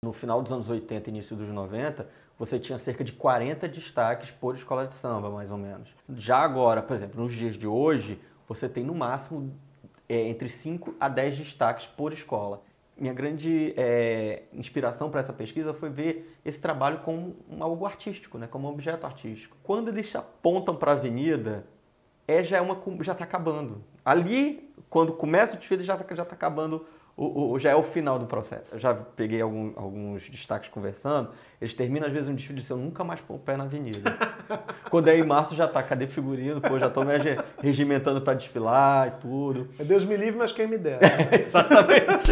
No final dos anos 80 e início dos 90, você tinha cerca de 40 destaques por escola de samba, mais ou menos. Já agora, por exemplo, nos dias de hoje, você tem no máximo entre 5 a 10 destaques por escola. Minha grande inspiração para essa pesquisa foi ver esse trabalho como algo artístico, né? Como um objeto artístico. Quando eles apontam para a avenida, já está acabando. Ali, quando começa o desfile, já está acabando, já é o final do processo. Eu já peguei alguns destaques conversando, eles terminam às vezes um desfile e dizem, eu nunca mais pôr o pé na avenida. Quando é em março já está, cadê figurino? Pô, já estou me regimentando para desfilar e tudo. Deus me livre, mas quem me dera. Exatamente.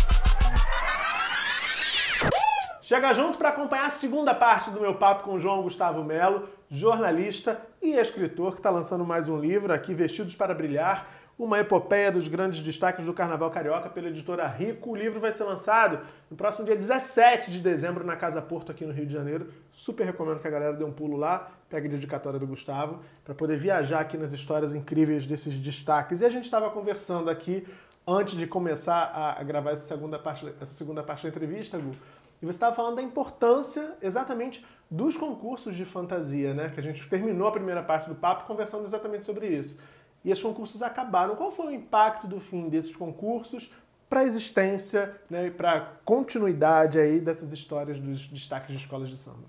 Chega junto para acompanhar a segunda parte do meu papo com o João Gustavo Melo, jornalista e escritor, que está lançando mais um livro aqui, Vestidos para Brilhar, uma epopeia dos grandes destaques do Carnaval Carioca pela editora Rico. O livro vai ser lançado no próximo dia 17 de dezembro na Casa Porto, aqui no Rio de Janeiro. Super recomendo que a galera dê um pulo lá, pegue a dedicatória do Gustavo, para poder viajar aqui nas histórias incríveis desses destaques. E a gente estava conversando aqui, antes de começar a gravar essa segunda parte da entrevista, Gu, e você estava falando da importância exatamente dos concursos de fantasia, né? Que a gente terminou a primeira parte do papo conversando exatamente sobre isso. E esses concursos acabaram. Qual foi o impacto do fim desses concursos para a existência, né, e para a continuidade aí dessas histórias dos destaques de escolas de samba?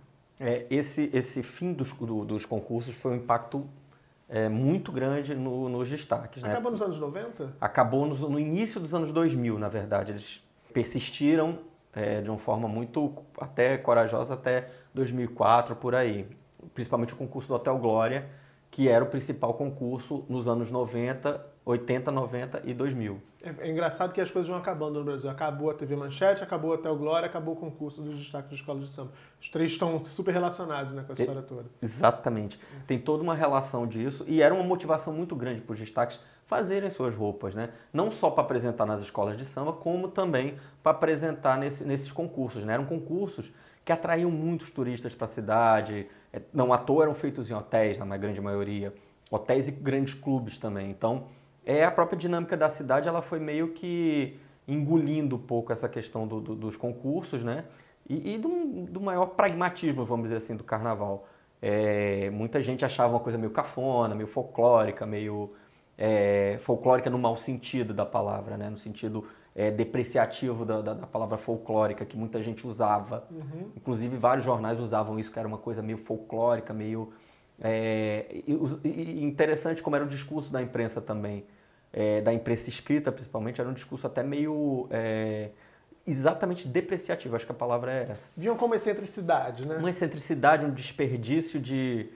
Esse fim dos concursos foi um impacto muito grande nos destaques. Acabou, né? nos anos 90? Acabou no início dos anos 2000, na verdade. Eles persistiram de uma forma muito até corajosa até 2004, por aí. Principalmente o concurso do Hotel Glória, que era o principal concurso nos anos 90, 80, 90 e 2000. É engraçado que as coisas vão acabando no Brasil. Acabou a TV Manchete, acabou o Hotel Glória, acabou o concurso dos destaques de escolas de samba. Os três estão super relacionados, né, com a história toda. Exatamente. Tem toda uma relação disso e era uma motivação muito grande para os destaques fazerem suas roupas, né? Não só para apresentar nas escolas de samba, como também para apresentar nesses concursos, né? Eram concursos que atraíam muitos turistas para a cidade. Não à toa eram feitos em hotéis, na grande maioria. Hotéis e grandes clubes também. Então, a própria dinâmica da cidade, ela foi meio que engolindo um pouco essa questão dos concursos, né? E do maior pragmatismo, vamos dizer assim, do carnaval. Muita gente achava uma coisa meio cafona, meio folclórica, meio folclórica no mau sentido da palavra, né? No sentido depreciativo da palavra folclórica, que muita gente usava. Uhum. Inclusive, vários jornais usavam isso, que era uma coisa meio folclórica, meio... E interessante como era o discurso da imprensa também, da imprensa escrita principalmente, era um discurso até meio exatamente depreciativo, acho que a palavra é essa. Viam como excentricidade, né? Uma excentricidade, um desperdício de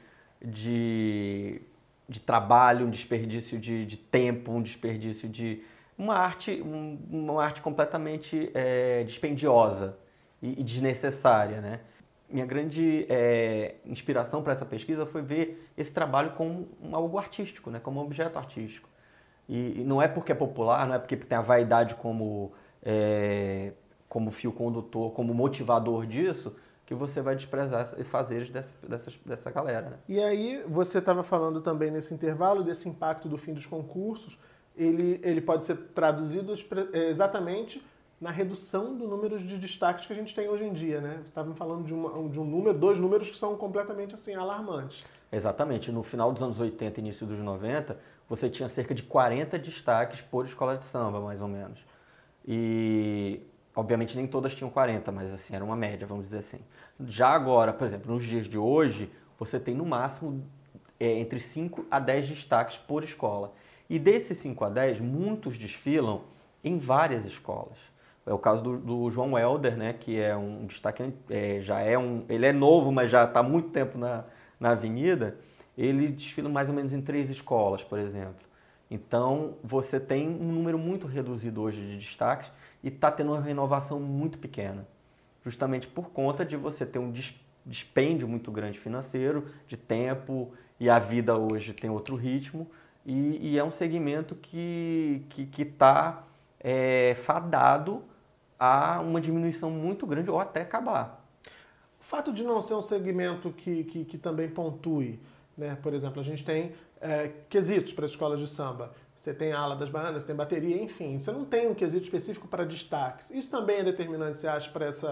trabalho, um desperdício de tempo, um desperdício de... Uma arte completamente dispendiosa e desnecessária, né? Minha grande inspiração para essa pesquisa foi ver esse trabalho como algo artístico, né? Como um objeto artístico. E não é porque é popular, não é porque tem a vaidade como fio condutor, como motivador disso, que você vai desprezar os fazeres dessa galera. Né? E aí, você estava falando também nesse intervalo desse impacto do fim dos concursos. Ele pode ser traduzido exatamente na redução do número de destaques que a gente tem hoje em dia, né? Você estava falando de um número, dois números que são completamente assim, alarmantes. Exatamente. No final dos anos 80 e início dos 90, você tinha cerca de 40 destaques por escola de samba, mais ou menos. E, obviamente, nem todas tinham 40, mas assim, era uma média, vamos dizer assim. Já agora, por exemplo, nos dias de hoje, você tem no máximo entre 5 a 10 destaques por escola. E desses 5 a 10, muitos desfilam em várias escolas. É o caso do João Helder, né, que é um destaque, ele é novo, mas já está há muito tempo na avenida. Ele desfila mais ou menos em 3 escolas, por exemplo. Então, você tem um número muito reduzido hoje de destaques e está tendo uma renovação muito pequena. Justamente por conta de você ter um dispêndio muito grande financeiro, de tempo, e a vida hoje tem outro ritmo. E é um segmento que está fadado a uma diminuição muito grande ou até acabar. O fato de não ser um segmento que também pontue, né? Por exemplo, a gente tem quesitos para as escolas de samba. Você tem a ala das bananas, você tem bateria, enfim. Você não tem um quesito específico para destaques. Isso também é determinante, você acha, para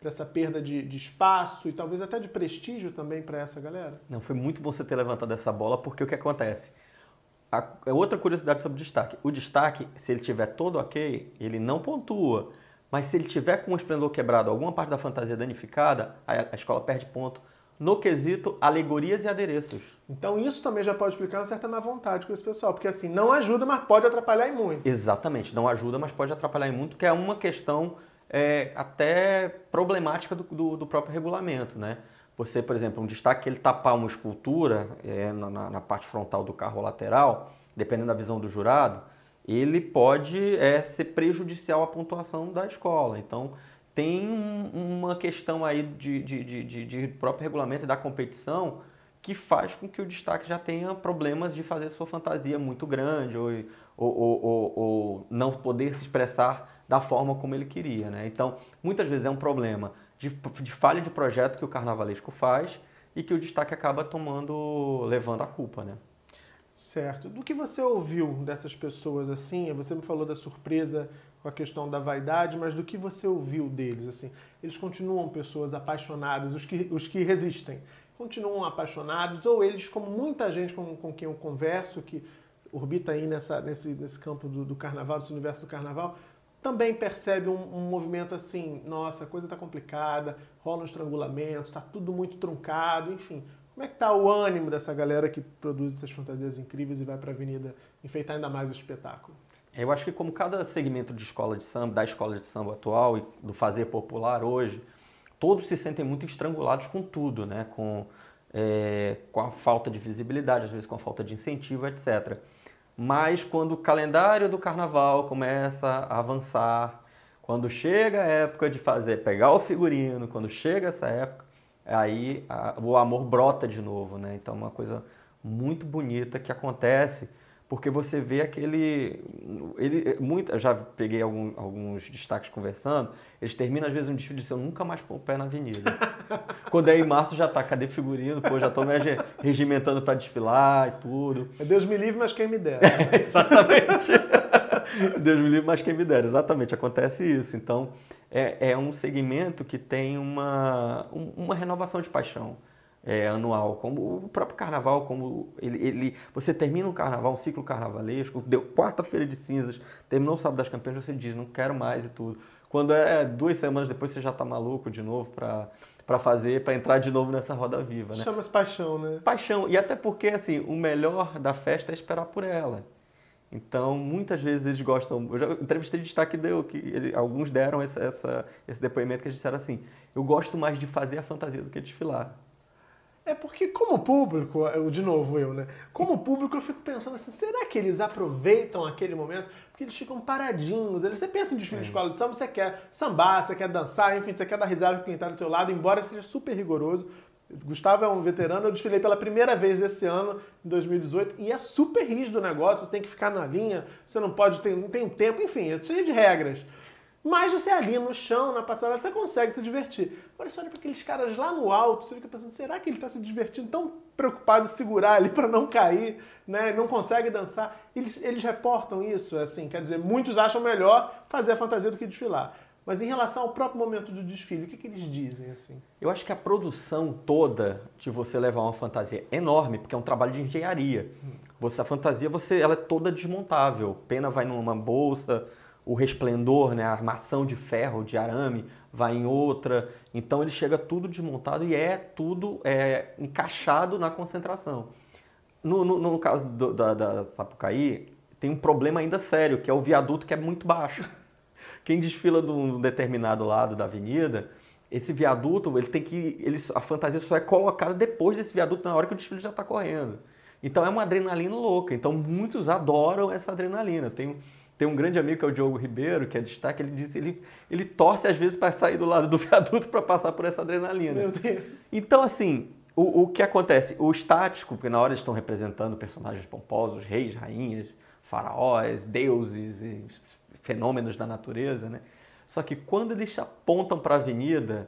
essa perda de espaço e talvez até de prestígio também para essa galera? Não, foi muito bom você ter levantado essa bola, porque o que acontece? Outra curiosidade sobre o destaque. O destaque, se ele tiver todo ok, ele não pontua. Mas se ele tiver com o esplendor quebrado, alguma parte da fantasia danificada, a escola perde ponto no quesito alegorias e adereços. Então isso também já pode explicar uma certa má vontade com esse pessoal, porque assim, não ajuda, mas pode atrapalhar em muito. Exatamente, não ajuda, mas pode atrapalhar em muito, que é uma questão até problemática do próprio regulamento, né? Você, por exemplo, um destaque, ele tapar uma escultura na parte frontal do carro lateral, dependendo da visão do jurado, ele pode ser prejudicial à pontuação da escola. Então, tem uma questão aí de próprio regulamento e da competição que faz com que o destaque já tenha problemas de fazer sua fantasia muito grande ou não poder se expressar da forma como ele queria, né? Então, muitas vezes é um problema de falha de projeto que o carnavalesco faz e que o destaque acaba levando a culpa, né? Certo. Do que você ouviu dessas pessoas assim, você me falou da surpresa com a questão da vaidade, mas do que você ouviu deles, assim? Eles continuam pessoas apaixonadas, os que resistem, continuam apaixonados, ou eles, como muita gente com quem eu converso, que orbita aí nesse campo do carnaval, desse universo do carnaval, também percebe um movimento assim, nossa, a coisa está complicada, rola um estrangulamento, está tudo muito truncado, enfim. Como é que está o ânimo dessa galera que produz essas fantasias incríveis e vai para a avenida enfeitar ainda mais o espetáculo? Eu acho que como cada segmento de escola de samba, da escola de samba atual e do fazer popular hoje, todos se sentem muito estrangulados com tudo, né? Com a falta de visibilidade, às vezes com a falta de incentivo, etc. Mas quando o calendário do carnaval começa a avançar, quando chega a época de pegar o figurino, quando chega essa época, aí o amor brota de novo, né? Então é uma coisa muito bonita que acontece, porque você vê eu já peguei alguns destaques conversando, eles terminam às vezes um desfile e dizem, eu nunca mais pôr o pé na avenida. Quando é em março já tá, cadê figurino? Pô, já tô me regimentando para desfilar e tudo. Deus me livre, mas quem me dera. Exatamente. Deus me livre, mas quem me dera. Exatamente, acontece isso. Então, é um segmento que tem uma renovação de paixão anual, como o próprio carnaval, como você termina um carnaval, um ciclo carnavalesco, deu quarta-feira de cinzas, terminou o sábado das campeãs, você diz, não quero mais e tudo. Quando 2 semanas depois você já tá maluco de novo para entrar de novo nessa roda viva, né? Chama-se paixão, né? Paixão, e até porque, assim, o melhor da festa é esperar por ela. Então, muitas vezes eles gostam... Eu já entrevistei de destaque alguns deram esse depoimento que eles disseram assim, eu gosto mais de fazer a fantasia do que desfilar. É porque como público, de novo eu, né? Como público eu fico pensando assim, será que eles aproveitam aquele momento? Porque eles ficam paradinhos. Você pensa em desfile de escola de samba, você quer sambar, você quer dançar, enfim, você quer dar risada com quem está do teu lado, embora seja super rigoroso. Gustavo é um veterano, eu desfilei pela primeira vez esse ano, em 2018, e é super rígido o negócio, você tem que ficar na linha, você não pode, não tem tempo, enfim, é cheio de regras. Mas você ali no chão, na passarela, você consegue se divertir. Agora você olha para aqueles caras lá no alto, você fica pensando, será que ele está se divertindo, tão preocupado em segurar ali para não cair, né? Não consegue dançar. Eles reportam isso, assim, quer dizer, muitos acham melhor fazer a fantasia do que desfilar. Mas em relação ao próprio momento do desfile, o que eles dizem, assim? Eu acho que a produção toda de você levar uma fantasia é enorme, porque é um trabalho de engenharia. A fantasia, ela é toda desmontável. Pena vai numa bolsa, o resplendor, né, a armação de ferro, de arame, vai em outra. Então ele chega tudo desmontado e tudo encaixado na concentração. No caso da Sapucaí, tem um problema ainda sério, que é o viaduto que é muito baixo. Quem desfila de um determinado lado da avenida, esse viaduto, a fantasia só é colocada depois desse viaduto, na hora que o desfile já está correndo. Então é uma adrenalina louca. Então muitos adoram essa adrenalina. Tem um grande amigo que é o Diogo Ribeiro, que é destaque, ele disse ele torce às vezes para sair do lado do viaduto para passar por essa adrenalina. Meu Deus. Então, assim, o que acontece? O estático, porque na hora eles estão representando personagens pomposos, reis, rainhas, faraós, deuses e fenômenos da natureza, né? Só que quando eles apontam para a avenida,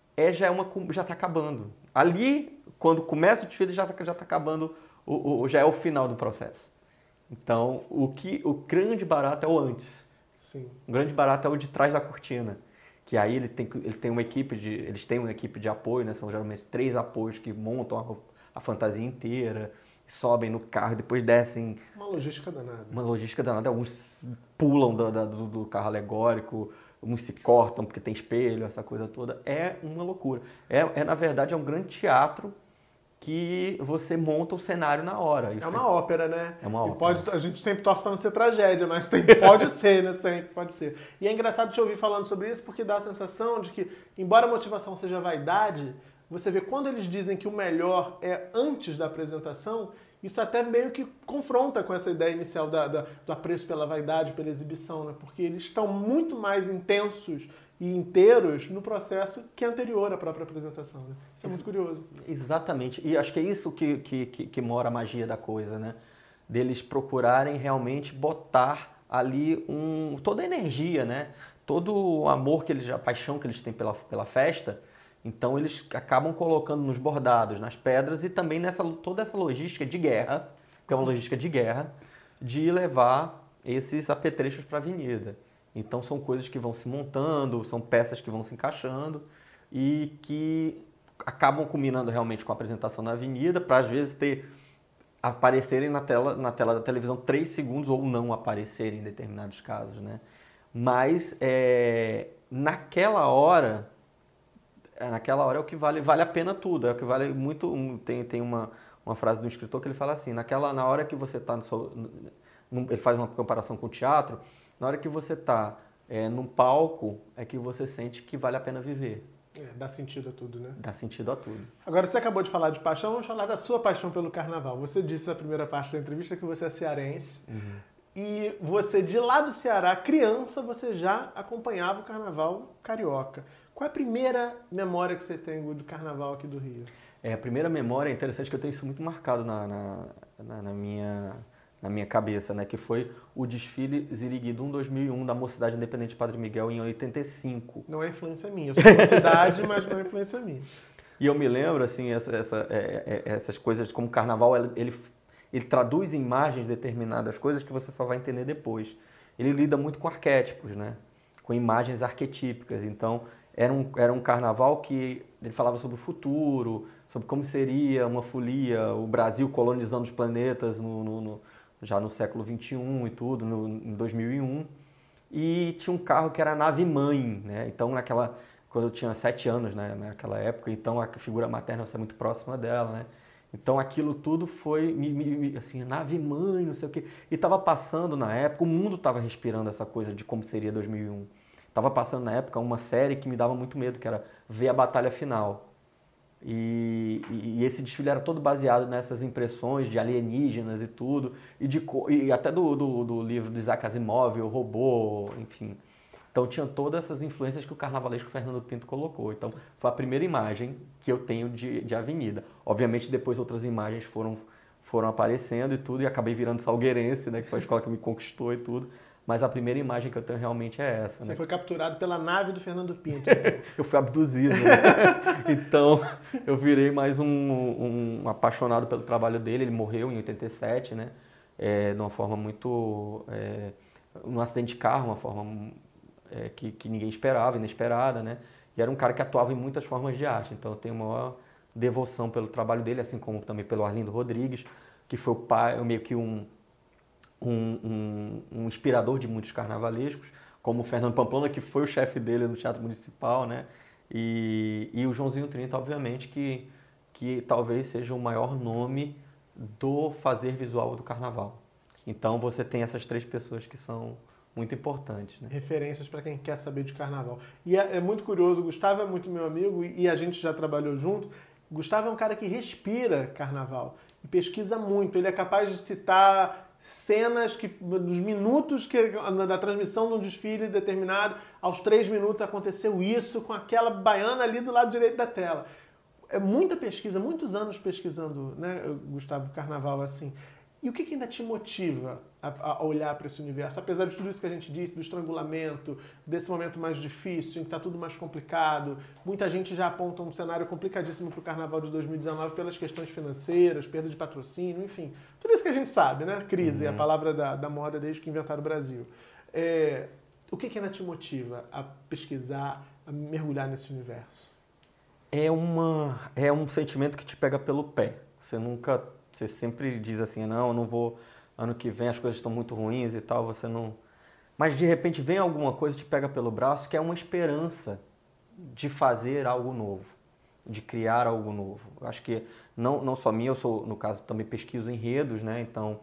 já está acabando. Ali, quando começa o desfile, já está acabando, já é o final do processo. Então, o grande barato é o antes. Sim. O grande barato é o de trás da cortina, que aí eles têm uma equipe de apoio, né? São geralmente 3 apoios que montam a fantasia inteira, sobem no carro e depois descem. Uma logística danada. Uma logística danada. Alguns pulam do carro alegórico, uns se cortam porque tem espelho, essa coisa toda. É uma loucura. Na verdade, é um grande teatro que você monta o cenário na hora. É uma ópera, né? É uma ópera. A gente sempre torce para não ser tragédia, mas pode ser, né? Sempre pode ser. E é engraçado te ouvir falando sobre isso, porque dá a sensação de que, embora a motivação seja vaidade, você vê quando eles dizem que o melhor é antes da apresentação, isso até meio que confronta com essa ideia inicial do apreço pela vaidade, pela exibição, né? Porque eles estão muito mais intensos e inteiros no processo que é anterior à própria apresentação, né? Isso é muito curioso. Exatamente. E acho que é isso que mora a magia da coisa, né? Deles procurarem realmente botar ali toda a energia, né? Todo o amor a paixão que eles têm pela festa. Então eles acabam colocando nos bordados, nas pedras e também toda essa logística de guerra, que é uma logística de guerra, de levar esses apetrechos para a avenida. Então são coisas que vão se montando, são peças que vão se encaixando e que acabam culminando realmente com a apresentação na avenida, para às vezes aparecerem na tela da televisão 3 segundos ou não aparecerem em determinados casos, né? Mas naquela hora é o que vale a pena tudo, é o que vale muito. Tem uma frase do escritor que ele fala assim: na hora que você está ele faz uma comparação com o teatro, na hora que você está num palco, é que você sente que vale a pena viver. Dá sentido a tudo, né? Dá sentido a tudo. Agora, você acabou de falar de paixão, vamos falar da sua paixão pelo carnaval. Você disse na primeira parte da entrevista que você é cearense. Uhum. E você, de lá do Ceará, criança, você já acompanhava o carnaval carioca. Qual é a primeira memória que você tem do carnaval aqui do Rio? A primeira memória é interessante, que eu tenho isso muito marcado na minha cabeça, né? Que foi o desfile Ziriguidum 2001 da Mocidade Independente Padre Miguel em 85. Não é influência minha, eu sou da cidade, mas não é influência minha. E eu me lembro, assim, essas coisas, como o carnaval, ele traduz em imagens determinadas coisas que você só vai entender depois. Ele lida muito com arquétipos, né? Com imagens arquetípicas. Então, era um carnaval que ele falava sobre o futuro, sobre como seria uma folia, o Brasil colonizando os planetas já no século XXI e tudo, em 2001. E tinha um carro que era a nave-mãe, né? Então, quando eu tinha 7 anos, né, naquela época, então a figura materna você é muito próxima dela, né? Então aquilo tudo foi, assim, nave-mãe, não sei o quê. E estava passando na época, o mundo estava respirando essa coisa de como seria 2001. Estava passando na época uma série que me dava muito medo, que era Ver a Batalha Final. E esse desfile era todo baseado nessas impressões de alienígenas e tudo, e até do livro do Isaac Asimov, O Robô, enfim. Então tinha todas essas influências que o carnavalesco Fernando Pinto colocou. Então foi a primeira imagem que eu tenho de avenida. Obviamente depois outras imagens foram aparecendo e tudo, e acabei virando salgueirense, né, que foi a escola que me conquistou e tudo. Mas a primeira imagem que eu tenho realmente é essa. Você foi capturado pela nave do Fernando Pinto. Eu fui abduzido, né? Então eu virei mais um apaixonado pelo trabalho dele. Ele morreu em 87, né? De uma forma muito... num acidente de carro, uma forma que ninguém esperava, inesperada, né? E era um cara que atuava em muitas formas de arte. Então eu tenho maior devoção pelo trabalho dele, assim como também pelo Arlindo Rodrigues, que foi o pai, meio que um inspirador de muitos carnavalescos, como o Fernando Pamplona, que foi o chefe dele no Teatro Municipal, né? E o Joãozinho 30, obviamente, que talvez seja o maior nome do fazer visual do carnaval. Então você tem essas 3 pessoas que são muito importantes, né? Referências para quem quer saber de carnaval. E é muito curioso, o Gustavo é muito meu amigo e a gente já trabalhou junto. O Gustavo é um cara que respira carnaval e pesquisa muito. Ele é capaz de citar cenas dos minutos da transmissão de um desfile determinado, aos 3 minutos aconteceu isso com aquela baiana ali do lado direito da tela. É muita pesquisa, muitos anos pesquisando, né, Gustavo, carnaval assim. E o que ainda te motiva a olhar para esse universo? Apesar de tudo isso que a gente disse, do estrangulamento, desse momento mais difícil, em que está tudo mais complicado, muita gente já aponta um cenário complicadíssimo para o Carnaval de 2019 pelas questões financeiras, perda de patrocínio, enfim. Tudo isso que a gente sabe, né? Crise, é a palavra da moda desde que inventaram o Brasil. O que ainda te motiva a pesquisar, a mergulhar nesse universo? É um sentimento que te pega pelo pé. Você sempre diz assim, não, eu não vou, ano que vem as coisas estão muito ruins e tal, você não... Mas de repente vem alguma coisa e te pega pelo braço, que é uma esperança de fazer algo novo, de criar algo novo. Eu acho que não só minha, eu sou, no caso, também pesquiso enredos, né? Então,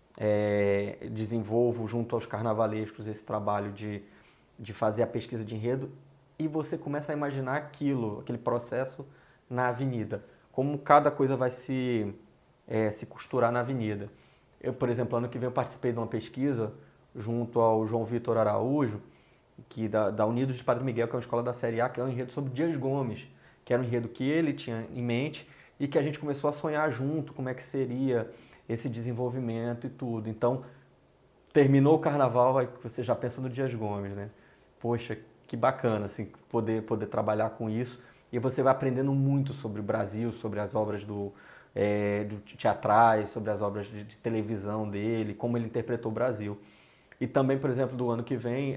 desenvolvo junto aos carnavalescos esse trabalho de fazer a pesquisa de enredo e você começa a imaginar aquele processo na avenida, como cada coisa vai se costurar na avenida. Eu, por exemplo, ano que vem eu participei de uma pesquisa junto ao João Vitor Araújo, da Unidos de Padre Miguel, que é uma escola da Série A, que é um enredo sobre Dias Gomes, que era um enredo que ele tinha em mente e que a gente começou a sonhar junto como é que seria esse desenvolvimento e tudo. Então, terminou o carnaval, aí você já pensa no Dias Gomes, né? Poxa, que bacana, assim, poder trabalhar com isso. E você vai aprendendo muito sobre o Brasil, sobre as obras do teatrais, sobre as obras de televisão dele, como ele interpretou o Brasil. E também, por exemplo, do ano que vem,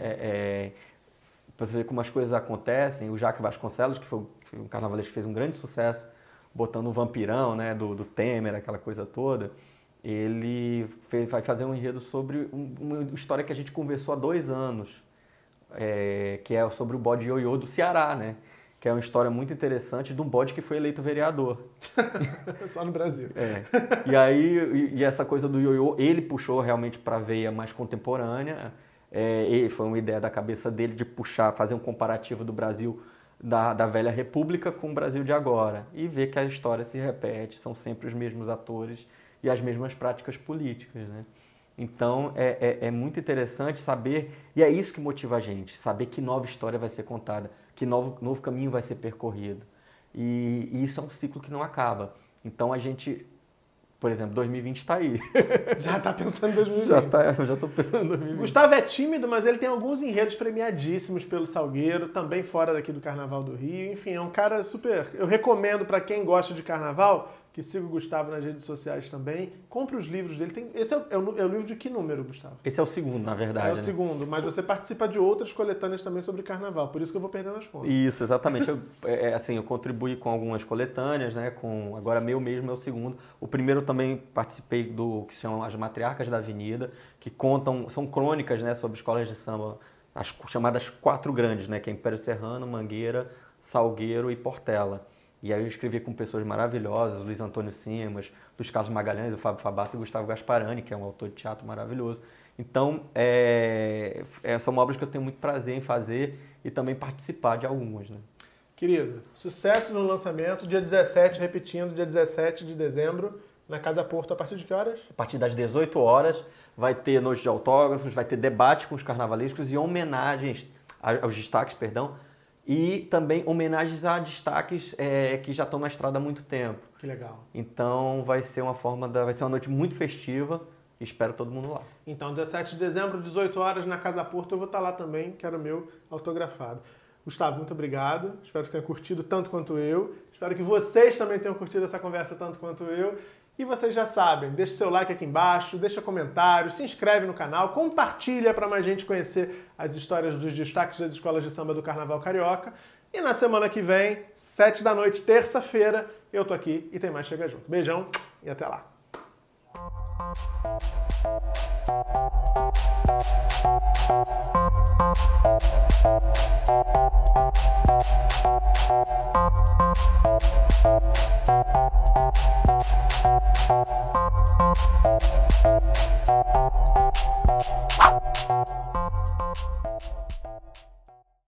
para você ver como as coisas acontecem, o Jaque Vasconcelos, que foi um carnavalesco que fez um grande sucesso, botando o Vampirão, né, do Temer, aquela coisa toda, ele vai fazer um enredo sobre uma história que a gente conversou há 2 anos, que é sobre o bode ioiô do Ceará, né? Que é uma história muito interessante de um bode que foi eleito vereador. Só no Brasil. E aí, essa coisa do ioiô, ele puxou realmente para a veia mais contemporânea. Foi uma ideia da cabeça dele de fazer um comparativo do Brasil da velha república com o Brasil de agora. E ver que a história se repete, são sempre os mesmos atores e as mesmas práticas políticas, né? Então, é muito interessante saber, e é isso que motiva a gente, saber que nova história vai ser contada, que novo caminho vai ser percorrido. E isso é um ciclo que não acaba. Então, a gente, por exemplo, 2020 está aí. Já está pensando em 2020. Já estou pensando em 2020. Gustavo é tímido, mas ele tem alguns enredos premiadíssimos pelo Salgueiro, também fora daqui do Carnaval do Rio. Enfim, é um cara super... Eu recomendo para quem gosta de carnaval, que siga o Gustavo nas redes sociais também. Compre os livros dele. Esse é o livro de que número, Gustavo? Esse é o segundo, na verdade. É o segundo, mas você participa de outras coletâneas também sobre carnaval, por isso que eu vou perdendo as contas. Isso, exatamente. Eu contribuí com algumas coletâneas, né? Agora meu mesmo é o segundo. O primeiro também participei do que se chama As Matriarcas da Avenida, que são crônicas, né, sobre escolas de samba, as chamadas 4 grandes, né? Que é Império Serrano, Mangueira, Salgueiro e Portela. E aí eu escrevi com pessoas maravilhosas, Luiz Antônio Simas, Luiz Carlos Magalhães, o Fábio Fabato e o Gustavo Gasparani, que é um autor de teatro maravilhoso. Então, são obras que eu tenho muito prazer em fazer e também participar de algumas, né? Querido, sucesso no lançamento, dia 17, repetindo, dia 17 de dezembro, na Casa Porto, a partir de que horas? A partir das 18 horas, vai ter noite de autógrafos, vai ter debate com os carnavalescos e homenagens aos destaques, e também homenagens a destaques que já estão na estrada há muito tempo. Que legal. Então vai ser vai ser uma noite muito festiva e espero todo mundo lá. Então, 17 de dezembro, 18 horas, na Casa Porto, eu vou estar lá também, quero o meu autografado. Gustavo, muito obrigado. Espero que você tenha curtido tanto quanto eu. Espero que vocês também tenham curtido essa conversa tanto quanto eu. E vocês já sabem, deixa seu like aqui embaixo, deixa comentário, se inscreve no canal, compartilha para mais gente conhecer as histórias dos destaques das escolas de samba do Carnaval Carioca. E na semana que vem, 7 da noite, terça-feira, eu tô aqui e tem mais Chega Junto. Beijão e até lá.